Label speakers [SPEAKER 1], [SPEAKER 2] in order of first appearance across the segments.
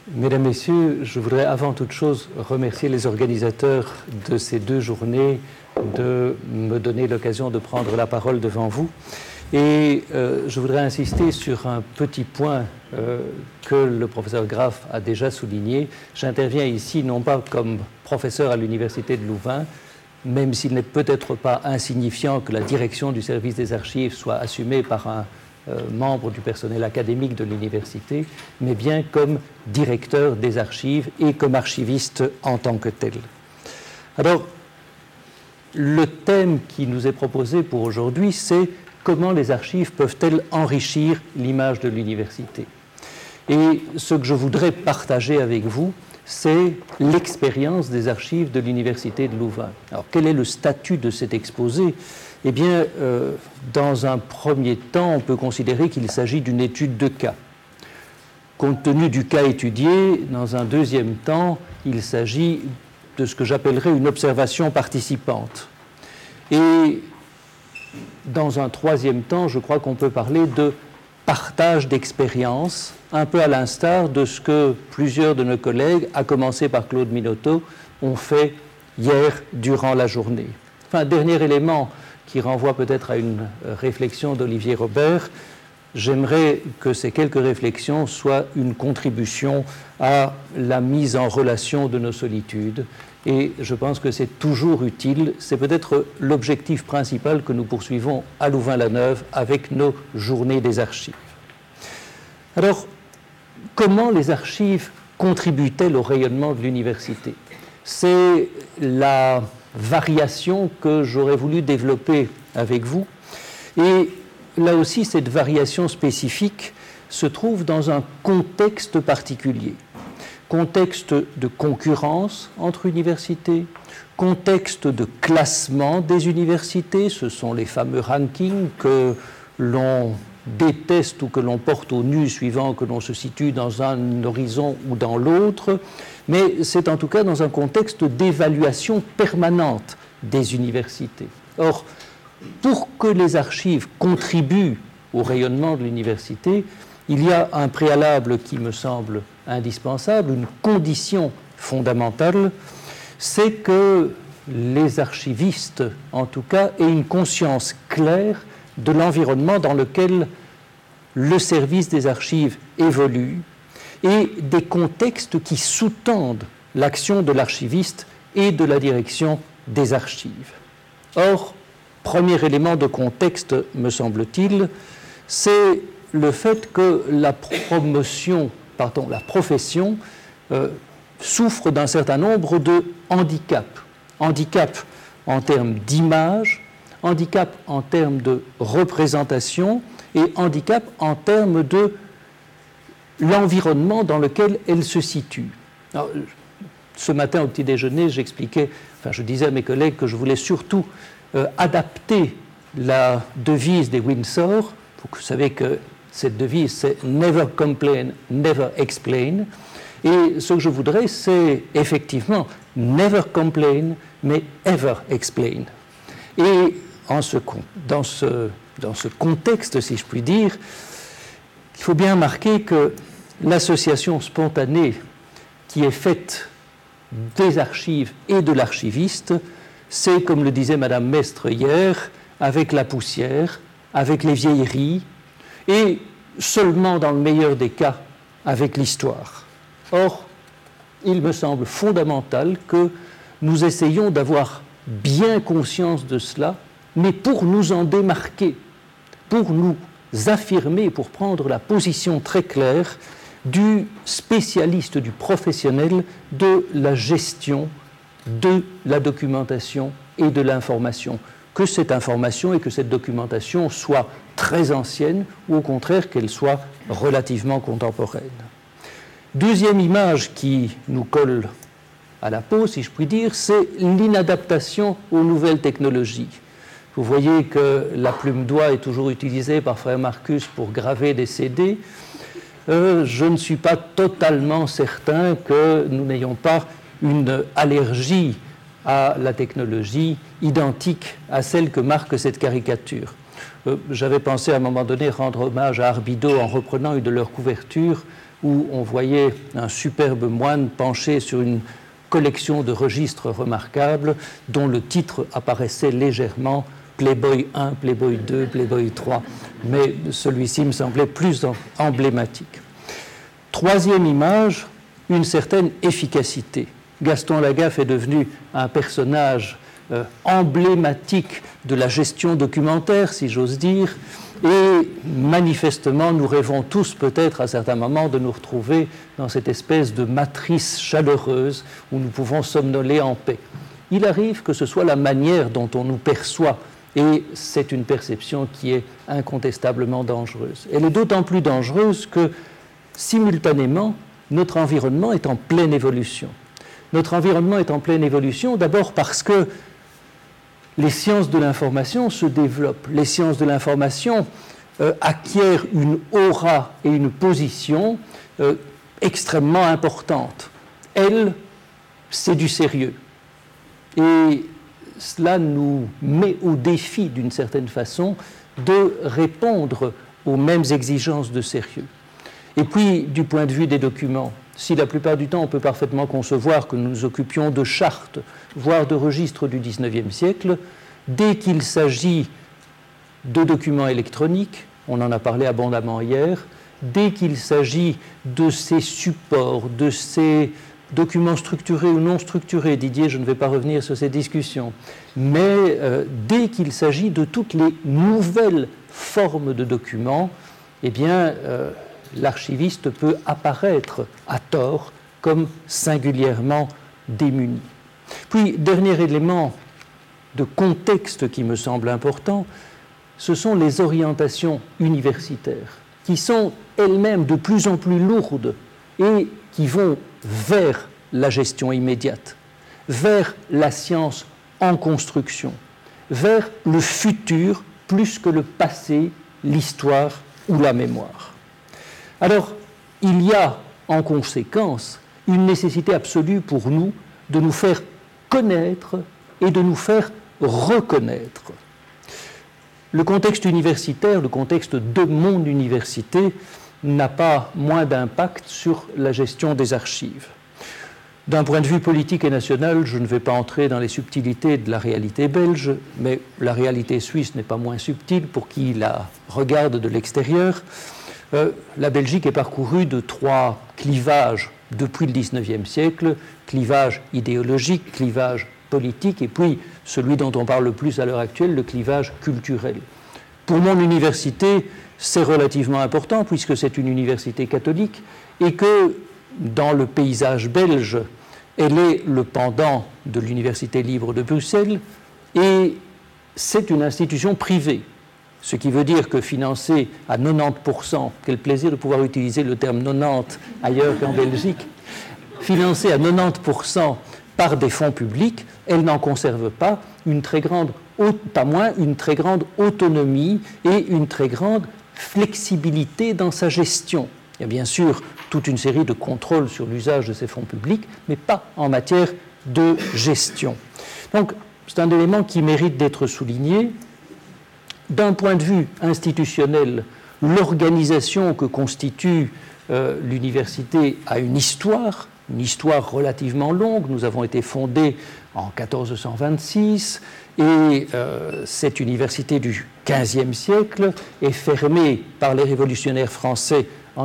[SPEAKER 1] Mesdames, Messieurs, je voudrais avant toute chose remercier les organisateurs de ces deux journées de me donner l'occasion de prendre la parole devant vous. Et je voudrais insister sur un petit point que le professeur Graff a déjà souligné. J'interviens ici non pas comme professeur à l'Université de Louvain, même s'il n'est peut-être pas insignifiant que la direction du service des archives soit assumée par un membre du personnel académique de l'université, mais bien comme directeur des archives et comme archiviste en tant que tel. Alors, le thème qui nous est proposé pour aujourd'hui, c'est comment les archives peuvent-elles enrichir l'image de l'université. Et ce que je voudrais partager avec vous, c'est l'expérience des archives de l'Université de Louvain. Alors, quel est le statut de cet exposé ? Eh bien, dans un premier temps, on peut considérer qu'il s'agit d'une étude de cas. Compte tenu du cas étudié, dans un deuxième temps, il s'agit de ce que j'appellerais une observation participante. Et dans un troisième temps, je crois qu'on peut parler de partage d'expérience, un peu à l'instar de ce que plusieurs de nos collègues, à commencer par Claude Minoteau, ont fait hier durant la journée. Enfin, dernier élément qui renvoie peut-être à une réflexion d'Olivier Robert, j'aimerais que ces quelques réflexions soient une contribution à la mise en relation de nos solitudes. Et je pense que c'est toujours utile, c'est peut-être l'objectif principal que nous poursuivons à Louvain-la-Neuve avec nos journées des archives. Alors, comment les archives contribuent-elles au rayonnement de l'université ? C'est la variation que j'aurais voulu développer avec vous. Et là aussi, cette variation spécifique se trouve dans un contexte particulier. Contexte de concurrence entre universités, contexte de classement des universités, ce sont les fameux rankings que l'on déteste ou que l'on porte au nu suivant que l'on se situe dans un horizon ou dans l'autre, mais c'est en tout cas dans un contexte d'évaluation permanente des universités. Or, pour que les archives contribuent au rayonnement de l'université, il y a un préalable qui me semble indispensable, une condition fondamentale, c'est que les archivistes, en tout cas, aient une conscience claire de l'environnement dans lequel le service des archives évolue et des contextes qui sous-tendent l'action de l'archiviste et de la direction des archives. Or, premier élément de contexte, me semble-t-il, c'est le fait que la profession souffre d'un certain nombre de handicaps. Handicap en termes d'image, handicap en termes de représentation et handicap en termes de l'environnement dans lequel elle se situe. Alors, ce matin au petit déjeuner, je disais à mes collègues que je voulais surtout adapter la devise des Windsor. Vous savez que cette devise, c'est « Never complain, never explain ». Et ce que je voudrais, c'est effectivement « Never complain, mais ever explain ». Et dans ce contexte, si je puis dire, il faut bien marquer que l'association spontanée qui est faite des archives et de l'archiviste, c'est, comme le disait Madame Mestre hier, avec la poussière, avec les vieilleries, et seulement dans le meilleur des cas, avec l'histoire. Or, il me semble fondamental que nous essayions d'avoir bien conscience de cela, mais pour nous en démarquer, pour nous affirmer, pour prendre la position très claire du spécialiste, du professionnel de la gestion de la documentation et de l'information. Que cette information et que cette documentation soient très anciennes ou au contraire qu'elles soient relativement contemporaines. Deuxième image qui nous colle à la peau, si je puis dire, c'est l'inadaptation aux nouvelles technologies. Vous voyez que la plume d'oie est toujours utilisée par Frère Marcus pour graver des CD. Je ne suis pas totalement certain que nous n'ayons pas une allergie à la technologie identique à celle que marque cette caricature. J'avais pensé à un moment donné rendre hommage à Arbido en reprenant une de leurs couvertures où on voyait un superbe moine penché sur une collection de registres remarquables dont le titre apparaissait légèrement, Playboy 1, Playboy 2, Playboy 3, mais celui-ci me semblait plus emblématique. Troisième image, une certaine efficacité. Gaston Lagaffe est devenu un personnage emblématique de la gestion documentaire, si j'ose dire, et manifestement, nous rêvons tous peut-être à certains moments de nous retrouver dans cette espèce de matrice chaleureuse où nous pouvons somnoler en paix. Il arrive que ce soit la manière dont on nous perçoit, et c'est une perception qui est incontestablement dangereuse. Elle est d'autant plus dangereuse que, simultanément, notre environnement est en pleine évolution. Notre environnement est en pleine évolution d'abord parce que les sciences de l'information se développent. Les sciences de l'information acquièrent une aura et une position extrêmement importante. Elles, c'est du sérieux. Et cela nous met au défi, d'une certaine façon, de répondre aux mêmes exigences de sérieux. Et puis, du point de vue des documents, si la plupart du temps on peut parfaitement concevoir que nous nous occupions de chartes, voire de registres du XIXe siècle, dès qu'il s'agit de documents électroniques, on en a parlé abondamment hier, dès qu'il s'agit de ces supports, de ces documents structurés ou non structurés, Didier, je ne vais pas revenir sur ces discussions, mais dès qu'il s'agit de toutes les nouvelles formes de documents, eh bien, l'archiviste peut apparaître à tort comme singulièrement démuni. Puis, dernier élément de contexte qui me semble important, ce sont les orientations universitaires, qui sont elles-mêmes de plus en plus lourdes et qui vont vers la gestion immédiate, vers la science en construction, vers le futur plus que le passé, l'histoire ou la mémoire. Alors, il y a en conséquence une nécessité absolue pour nous de nous faire connaître et de nous faire reconnaître. Le contexte universitaire, le contexte de mon université, n'a pas moins d'impact sur la gestion des archives. D'un point de vue politique et national, je ne vais pas entrer dans les subtilités de la réalité belge, mais la réalité suisse n'est pas moins subtile pour qui la regarde de l'extérieur. La Belgique est parcourue de trois clivages depuis le XIXe siècle, clivage idéologique, clivage politique, et puis celui dont on parle le plus à l'heure actuelle, le clivage culturel. Pour mon université, c'est relativement important puisque c'est une université catholique et que dans le paysage belge, elle est le pendant de l'Université libre de Bruxelles et c'est une institution privée. Ce qui veut dire que financée à 90%, quel plaisir de pouvoir utiliser le terme 90 ailleurs qu'en Belgique, financée à 90% par des fonds publics, elle n'en conserve pas une très grande, pas moins une très grande autonomie et une très grande flexibilité dans sa gestion. Il y a bien sûr toute une série de contrôles sur l'usage de ces fonds publics, mais pas en matière de gestion. Donc, c'est un élément qui mérite d'être souligné. D'un point de vue institutionnel, l'organisation que constitue l'université a une histoire relativement longue. Nous avons été fondés en 1426 et cette université du XVe siècle est fermée par les révolutionnaires français en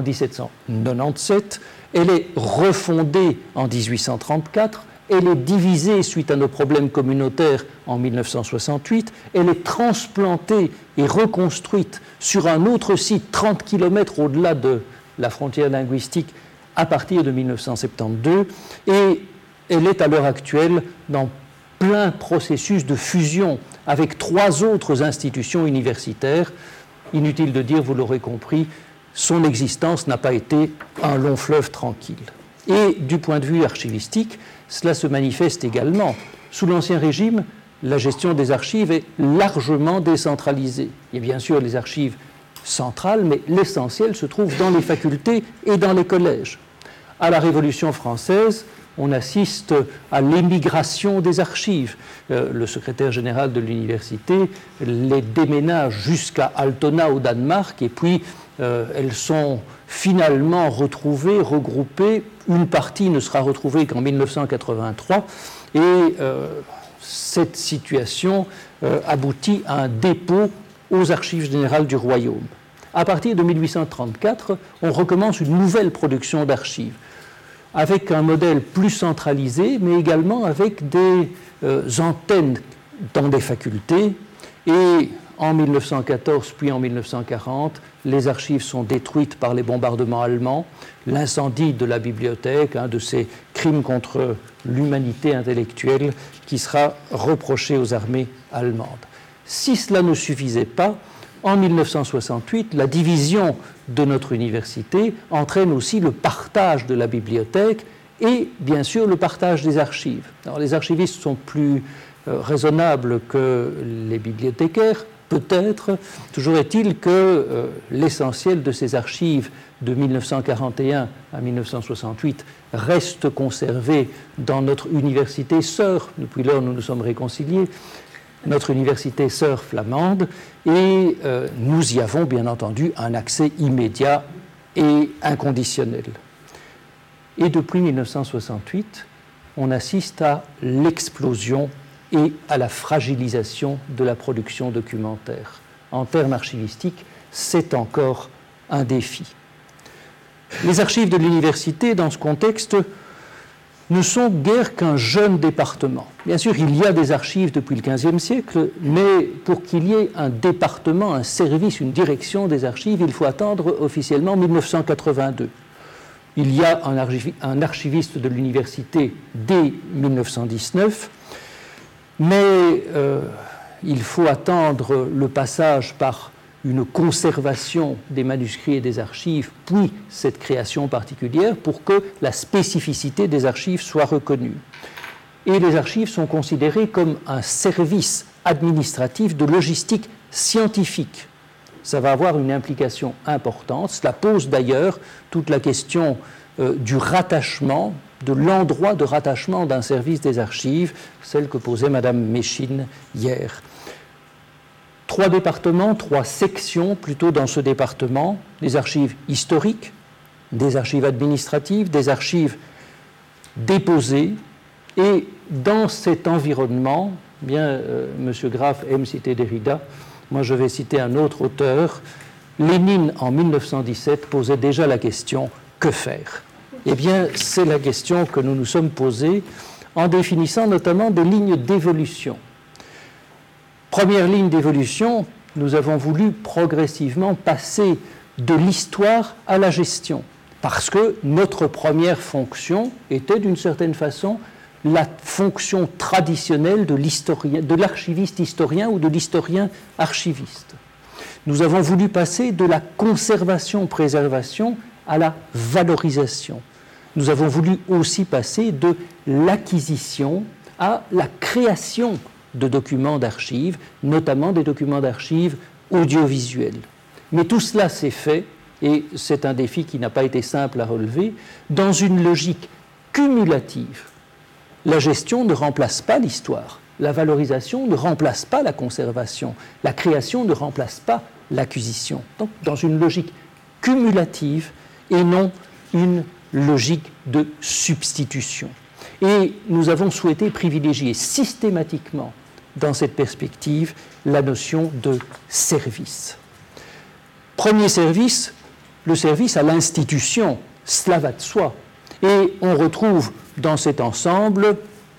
[SPEAKER 1] 1797. Elle est refondée en 1834. Elle est divisée suite à nos problèmes communautaires en 1968. Elle est transplantée et reconstruite sur un autre site 30 km au-delà de la frontière linguistique à partir de 1972. Et elle est à l'heure actuelle dans plein processus de fusion avec 3 autres institutions universitaires. Inutile de dire, vous l'aurez compris, son existence n'a pas été un long fleuve tranquille. Et du point de vue archivistique, cela se manifeste également. Sous l'Ancien Régime, la gestion des archives est largement décentralisée. Il y a bien sûr les archives centrales, mais l'essentiel se trouve dans les facultés et dans les collèges. À la Révolution française, on assiste à l'émigration des archives. Le secrétaire général de l'université les déménage jusqu'à Altona au Danemark et puis elles sont finalement retrouvées, regroupées. Une partie ne sera retrouvée qu'en 1983 et cette situation aboutit à un dépôt aux archives générales du royaume. À partir de 1834, on recommence une nouvelle production d'archives avec un modèle plus centralisé, mais également avec des antennes dans des facultés. Et en 1914 puis en 1940, les archives sont détruites par les bombardements allemands, l'incendie de la bibliothèque, un de ces crimes contre l'humanité intellectuelle qui sera reproché aux armées allemandes. Si cela ne suffisait pas, en 1968, la division de notre université entraîne aussi le partage de la bibliothèque et bien sûr le partage des archives. Alors, les archivistes sont plus raisonnables que les bibliothécaires, peut-être. Toujours est-il que l'essentiel de ces archives de 1941 à 1968 reste conservé dans notre université sœur. Depuis lors, nous nous sommes réconciliés. Notre université sœur flamande, et nous y avons bien entendu un accès immédiat et inconditionnel. Et depuis 1968, on assiste à l'explosion et à la fragilisation de la production documentaire. En termes archivistiques, c'est encore un défi. Les archives de l'université, dans ce contexte, ne sont guère qu'un jeune département. Bien sûr, il y a des archives depuis le XVe siècle, mais pour qu'il y ait un département, un service, une direction des archives, il faut attendre officiellement 1982. Il y a un archiviste de l'université dès 1919, mais il faut attendre le passage par une conservation des manuscrits et des archives, puis cette création particulière pour que la spécificité des archives soit reconnue. Et les archives sont considérées comme un service administratif de logistique scientifique. Ça va avoir une implication importante. Cela pose d'ailleurs toute la question du rattachement, de l'endroit de rattachement d'un service des archives, celle que posait Madame Méchine hier. 3 départements, 3 sections plutôt dans ce département, des archives historiques, des archives administratives, des archives déposées. Et dans cet environnement, bien, M. Graff aime citer Derrida, moi je vais citer un autre auteur. Lénine, en 1917, posait déjà la question « Que faire ?» Eh bien, c'est la question que nous nous sommes posée en définissant notamment des lignes d'évolution. Première ligne d'évolution, nous avons voulu progressivement passer de l'histoire à la gestion, parce que notre première fonction était d'une certaine façon la fonction traditionnelle de l'archiviste historien ou de l'historien archiviste. Nous avons voulu passer de la conservation-préservation à la valorisation. Nous avons voulu aussi passer de l'acquisition à la création de documents d'archives, notamment des documents d'archives audiovisuels. Mais tout cela s'est fait, et c'est un défi qui n'a pas été simple à relever, dans une logique cumulative. La gestion ne remplace pas l'histoire, la valorisation ne remplace pas la conservation, la création ne remplace pas l'acquisition. Donc, dans une logique cumulative et non une logique de substitution. Et nous avons souhaité privilégier systématiquement dans cette perspective la notion de service. Premier service, le service à l'institution, cela va de soi. Et on retrouve dans cet ensemble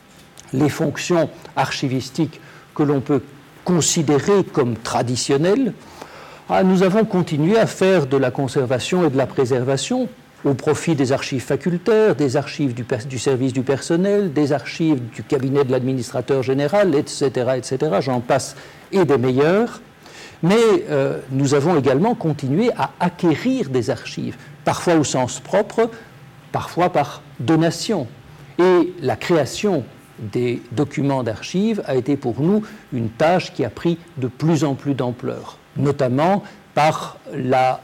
[SPEAKER 1] les fonctions archivistiques que l'on peut considérer comme traditionnelles. Nous avons continué à faire de la conservation et de la préservation au profit des archives facultaires, des archives du service du personnel, des archives du cabinet de l'administrateur général, etc., etc., j'en passe, et des meilleurs. Mais nous avons également continué à acquérir des archives, parfois au sens propre, parfois par donation. Et la création des documents d'archives a été pour nous une tâche qui a pris de plus en plus d'ampleur, notamment par la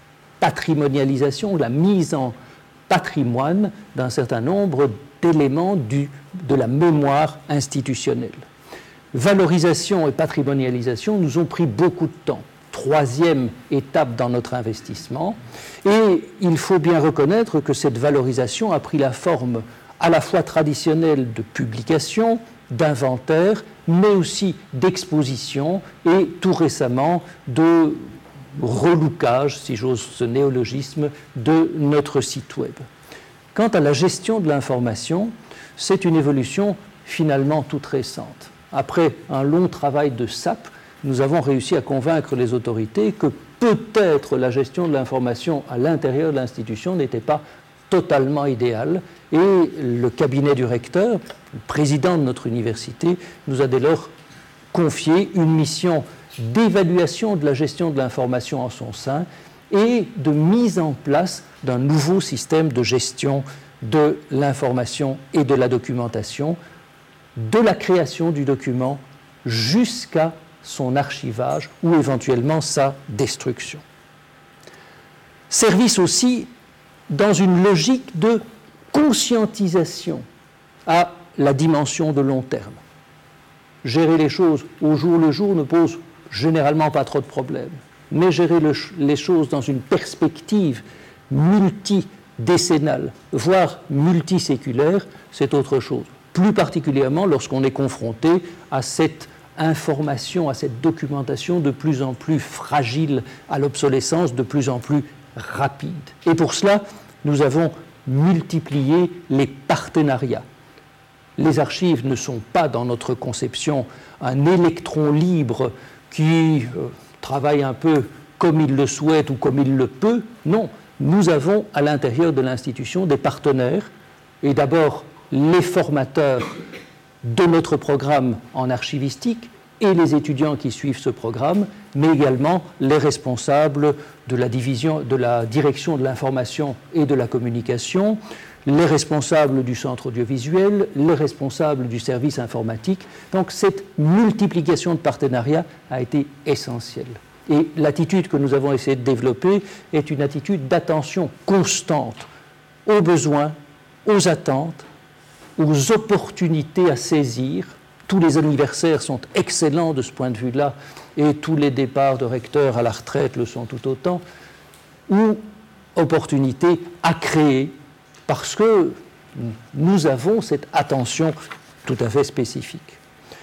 [SPEAKER 1] patrimonialisation, la mise en patrimoine d'un certain nombre d'éléments de la mémoire institutionnelle. Valorisation et patrimonialisation nous ont pris beaucoup de temps. troisième étape dans notre investissement. Et il faut bien reconnaître que cette valorisation a pris la forme à la fois traditionnelle de publication, d'inventaire, mais aussi d'exposition et tout récemment de relookage, si j'ose ce néologisme, de notre site web. Quant à la gestion de l'information, c'est une évolution finalement toute récente. Après un long travail de SAP, nous avons réussi à convaincre les autorités que peut-être la gestion de l'information à l'intérieur de l'institution n'était pas totalement idéale. Et le cabinet du recteur, le président de notre université, nous a dès lors confié une mission d'évaluation de la gestion de l'information en son sein et de mise en place d'un nouveau système de gestion de l'information et de la documentation, de la création du document jusqu'à son archivage ou éventuellement sa destruction. Service aussi dans une logique de conscientisation à la dimension de long terme. Gérer les choses au jour le jour ne pose généralement pas trop de problèmes, mais gérer les choses dans une perspective multidécennale, voire multiséculaire, c'est autre chose. Plus particulièrement lorsqu'on est confronté à cette information, à cette documentation de plus en plus fragile, à l'obsolescence de plus en plus rapide. Et pour cela, nous avons multiplié les partenariats. Les archives ne sont pas, dans notre conception, un électron libre qui travaille un peu comme il le souhaite ou comme il le peut. Non, nous avons à l'intérieur de l'institution des partenaires, et d'abord les formateurs de notre programme en archivistique et les étudiants qui suivent ce programme, mais également les responsables de la direction de l'information et de la communication, les responsables du centre audiovisuel, les responsables du service informatique. Donc cette multiplication de partenariats a été essentielle. Et l'attitude que nous avons essayé de développer est une attitude d'attention constante aux besoins, aux attentes, aux opportunités à saisir. Tous les anniversaires sont excellents de ce point de vue-là, et tous les départs de recteurs à la retraite le sont tout autant, ou opportunités à créer, parce que nous avons cette attention tout à fait spécifique.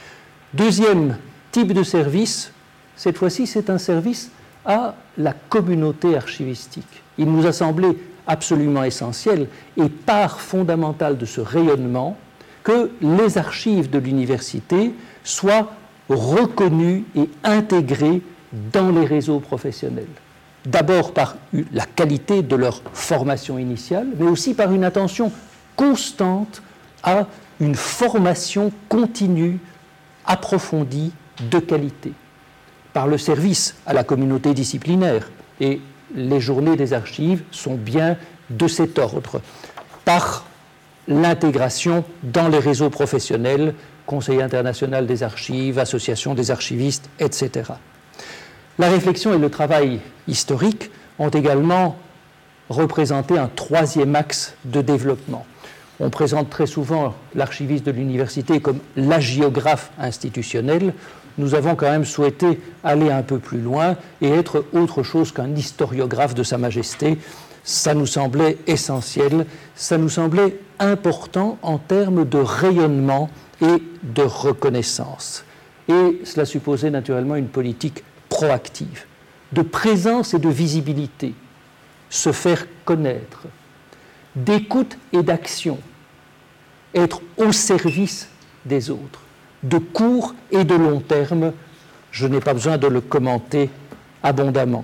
[SPEAKER 1] Deuxième type de service, cette fois-ci, c'est un service à la communauté archivistique. Il nous a semblé absolument essentiel et part fondamentale de ce rayonnement que les archives de l'université soient reconnues et intégrées dans les réseaux professionnels. D'abord par la qualité de leur formation initiale, mais aussi par une attention constante à une formation continue, approfondie, de qualité. Par le service à la communauté disciplinaire, et les journées des archives sont bien de cet ordre, par l'intégration dans les réseaux professionnels, Conseil international des archives, Association des archivistes, etc. La réflexion et le travail historique ont également représenté un troisième axe de développement. On présente très souvent l'archiviste de l'université comme l'agiographe institutionnel. Nous avons quand même souhaité aller un peu plus loin et être autre chose qu'un historiographe de Sa Majesté. Ça nous semblait essentiel, ça nous semblait important en termes de rayonnement et de reconnaissance. Et cela supposait naturellement une politique proactive, de présence et de visibilité, se faire connaître, d'écoute et d'action, être au service des autres, de court et de long terme. Je n'ai pas besoin de le commenter abondamment.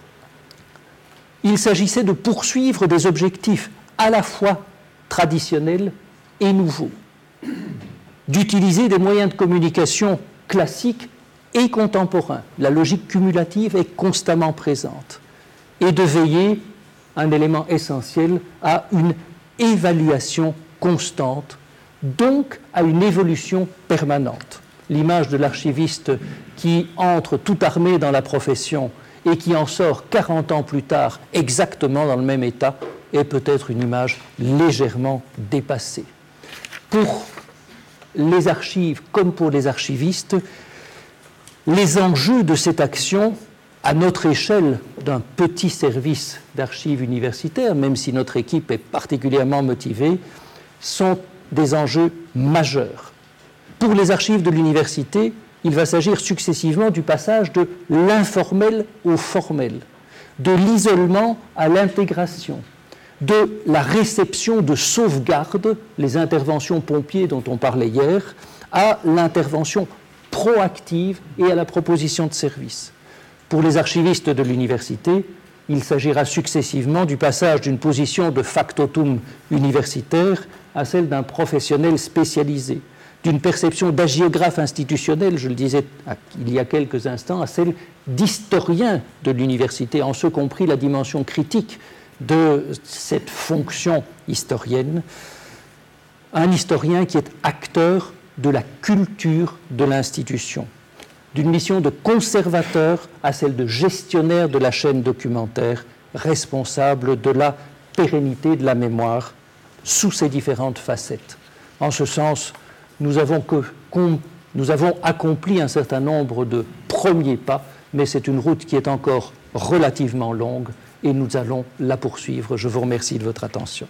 [SPEAKER 1] Il s'agissait de poursuivre des objectifs à la fois traditionnels et nouveaux, d'utiliser des moyens de communication classiques et contemporains. La logique cumulative est constamment présente, et de veiller, un élément essentiel, à une évaluation constante, donc à une évolution permanente. L'image de l'archiviste qui entre tout armé dans la profession et qui en sort 40 ans plus tard exactement dans le même état est peut-être une image légèrement dépassée. Pour les archives comme pour les archivistes, les enjeux de cette action à notre échelle d'un petit service d'archives universitaires, même si notre équipe est particulièrement motivée, sont des enjeux majeurs. Pour les archives de l'université, il va s'agir successivement du passage de l'informel au formel, de l'isolement à l'intégration, de la réception de sauvegarde, les interventions pompiers dont on parlait hier, à l'intervention proactive et à la proposition de services. Pour les archivistes de l'université, il s'agira successivement du passage d'une position de factotum universitaire à celle d'un professionnel spécialisé, d'une perception d'agiographe institutionnel, je le disais il y a quelques instants, à celle d'historien de l'université, en ce compris la dimension critique de cette fonction historienne, un historien qui est acteur de la culture de l'institution, d'une mission de conservateur à celle de gestionnaire de la chaîne documentaire, responsable de la pérennité de la mémoire sous ses différentes facettes. En ce sens, nous avons accompli un certain nombre de premiers pas, mais c'est une route qui est encore relativement longue et nous allons la poursuivre. Je vous remercie de votre attention.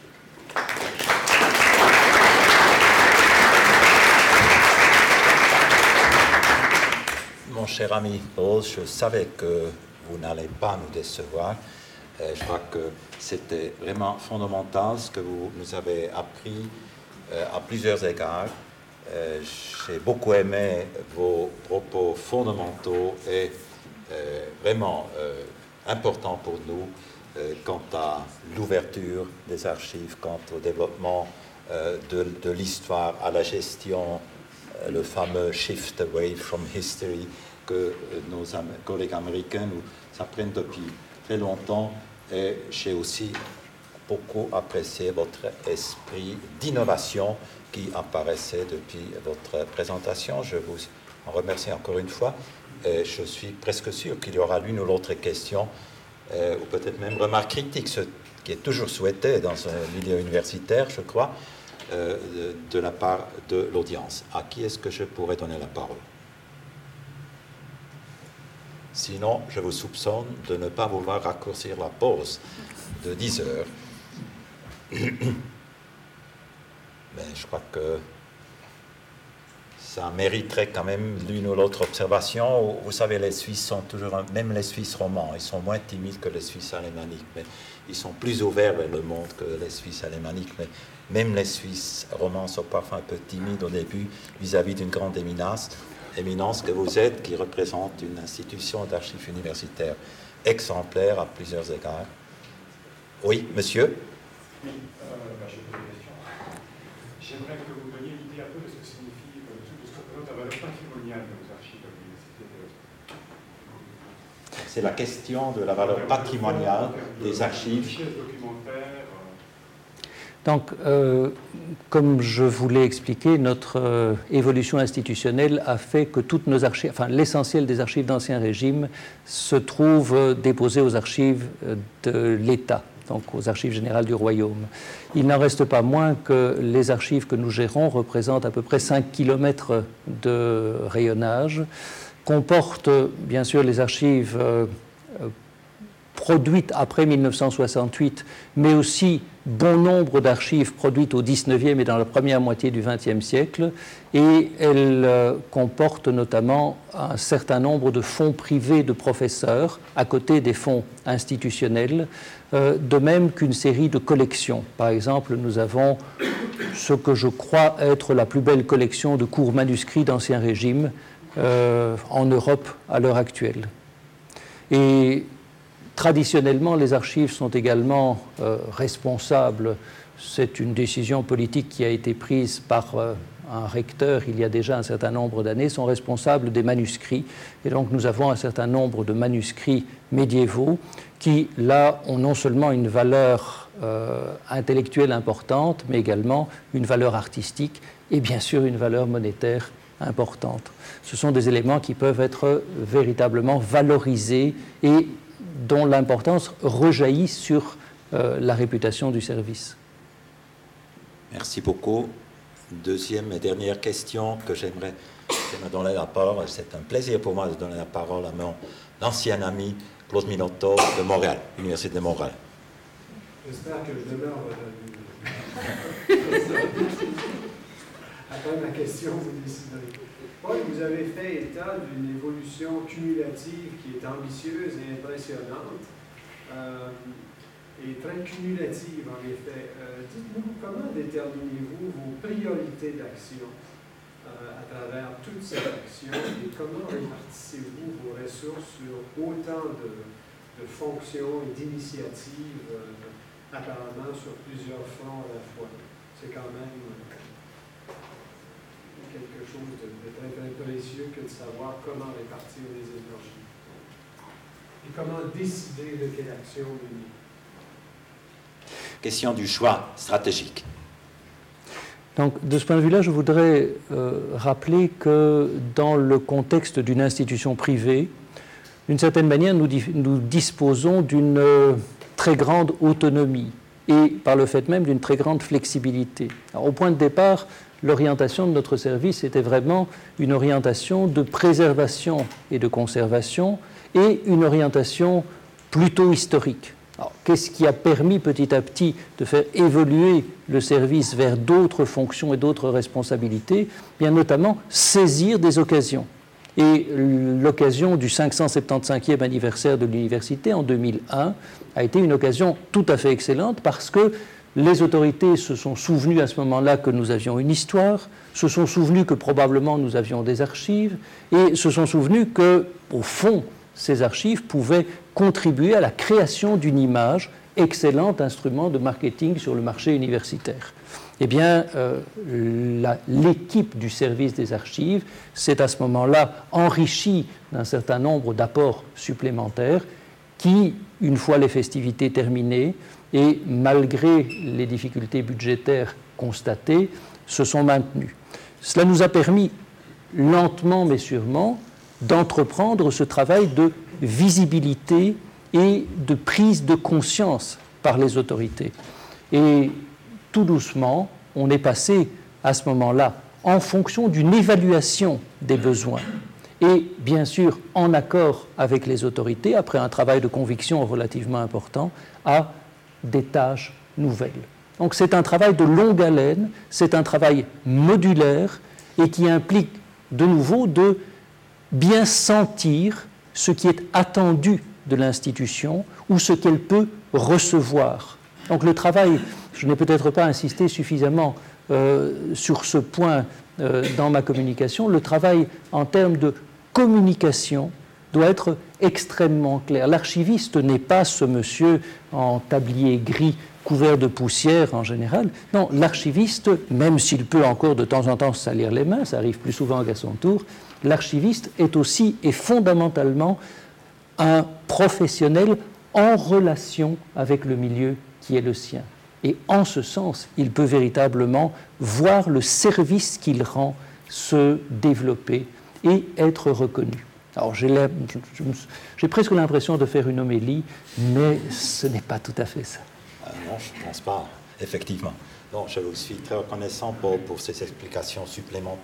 [SPEAKER 2] Mon cher ami Paul, je savais que vous n'allez pas nous décevoir. Je crois que c'était vraiment fondamental ce que vous nous avez appris à plusieurs égards. J'ai beaucoup aimé vos propos fondamentaux et vraiment importants pour nous quant à l'ouverture des archives, quant au développement de l'histoire à la gestion, le fameux shift away from history que nos collègues américains nous apprennent depuis très longtemps. Et j'ai aussi beaucoup apprécié votre esprit d'innovation qui apparaissait depuis votre présentation. Je vous en remercie encore une fois. Et je suis presque sûr qu'il y aura l'une ou l'autre question, ou peut-être même remarque critique, ce qui est toujours souhaité dans un milieu universitaire, je crois, de la part de l'audience. À qui est-ce que je pourrais donner la parole? Sinon, je vous soupçonne de ne pas vouloir raccourcir la pause de 10 heures. Mais je crois que ça mériterait quand même l'une ou l'autre observation. Vous savez, les Suisses sont toujours, même les Suisses romans, ils sont moins timides que les Suisses alémaniques, mais ils sont plus ouverts vers le monde que les Suisses alémaniques. Mais même les Suisses romans sont parfois un peu timides au début vis-à-vis d'une grande éminence que vous êtes, qui représente une institution d'archives universitaires exemplaire à plusieurs égards. Oui, monsieur?
[SPEAKER 3] Oui, j'ai posé une question. J'aimerais que vous donniez l'idée un peu de ce que signifie, de ce que représente la valeur patrimoniale de nos archives de l'université.
[SPEAKER 2] C'est la question de la valeur patrimoniale des archives.
[SPEAKER 1] Donc, comme je vous l'ai expliqué, notre évolution institutionnelle a fait que toutes nos archives, enfin l'essentiel des archives d'Ancien Régime se trouve déposées aux archives de l'État, donc aux archives générales du Royaume. Il n'en reste pas moins que les archives que nous gérons représentent à peu près 5 km de rayonnage, comportent bien sûr les archives produites après 1968, mais aussi bon nombre d'archives produites au XIXe et dans la première moitié du XXe siècle, et elles comportent notamment un certain nombre de fonds privés de professeurs, à côté des fonds institutionnels, de même qu'une série de collections. Par exemple, nous avons ce que je crois être la plus belle collection de courts manuscrits d'Ancien Régime en Europe à l'heure actuelle. Et traditionnellement, les archives sont également responsables, c'est une décision politique qui a été prise par un recteur il y a déjà un certain nombre d'années, sont responsables des manuscrits. Et donc nous avons un certain nombre de manuscrits médiévaux qui, là, ont non seulement une valeur intellectuelle importante, mais également une valeur artistique et bien sûr une valeur monétaire importante. Ce sont des éléments qui peuvent être véritablement valorisés et dont l'importance rejaillit sur la réputation du service.
[SPEAKER 2] Merci beaucoup. Deuxième et dernière question que j'aimerais donner la parole. C'est un plaisir pour moi de donner la parole à mon l'ancien ami Claude Minotto de Montréal, Université de Montréal.
[SPEAKER 4] J'espère que je demeure votre ami. Après ma question, vous déciderez. Paul, vous avez fait état d'une évolution cumulative qui est ambitieuse et impressionnante, et très cumulative en effet. Dites-nous, comment déterminez-vous vos priorités d'action à travers toute cette action et comment répartissez-vous vos ressources sur autant de fonctions et d'initiatives apparemment sur plusieurs fronts à la fois? C'est quand même quelque chose de très, très précieux que de savoir comment répartir les énergies et comment décider de quelle action mener.
[SPEAKER 2] Question du choix stratégique.
[SPEAKER 1] Donc, de ce point de vue-là, je voudrais rappeler que dans le contexte d'une institution privée, d'une certaine manière, nous disposons d'une très grande autonomie et par le fait même d'une très grande flexibilité. Alors, au point de départ, l'orientation de notre service était vraiment une orientation de préservation et de conservation et une orientation plutôt historique. Alors, qu'est-ce qui a permis petit à petit de faire évoluer le service vers d'autres fonctions et d'autres responsabilités? Bien notamment saisir des occasions. Et l'occasion du 575e anniversaire de l'université en 2001 a été une occasion tout à fait excellente parce que les autorités se sont souvenues à ce moment-là que nous avions une histoire, se sont souvenues que probablement nous avions des archives et se sont souvenues que, au fond, ces archives pouvaient contribuer à la création d'une image, excellent instrument de marketing sur le marché universitaire. Eh bien, l'équipe du service des archives s'est à ce moment-là enrichie d'un certain nombre d'apports supplémentaires qui, une fois les festivités terminées et malgré les difficultés budgétaires constatées, se sont maintenus. Cela nous a permis, lentement mais sûrement, d'entreprendre ce travail de visibilité et de prise de conscience par les autorités. Et tout doucement, on est passé à ce moment-là, en fonction d'une évaluation des besoins, et bien sûr en accord avec les autorités, après un travail de conviction relativement important, à des tâches nouvelles. Donc c'est un travail de longue haleine, c'est un travail modulaire et qui implique de nouveau de bien sentir ce qui est attendu de l'institution ou ce qu'elle peut recevoir. Donc le travail, je n'ai peut-être pas insisté suffisamment sur ce point dans ma communication, le travail en termes de communication doit être extrêmement clair. L'archiviste n'est pas ce monsieur en tablier gris couvert de poussière en général. Non, l'archiviste, même s'il peut encore de temps en temps se salir les mains, ça arrive plus souvent qu'à son tour, l'archiviste est aussi et fondamentalement un professionnel en relation avec le milieu qui est le sien. Et en ce sens, il peut véritablement voir le service qu'il rend se développer et être reconnu. Alors j'ai presque l'impression de faire une homélie, mais ce n'est pas tout à fait ça.
[SPEAKER 2] Non, je ne pense pas, effectivement. Non, je vous suis très reconnaissant pour ces explications supplémentaires.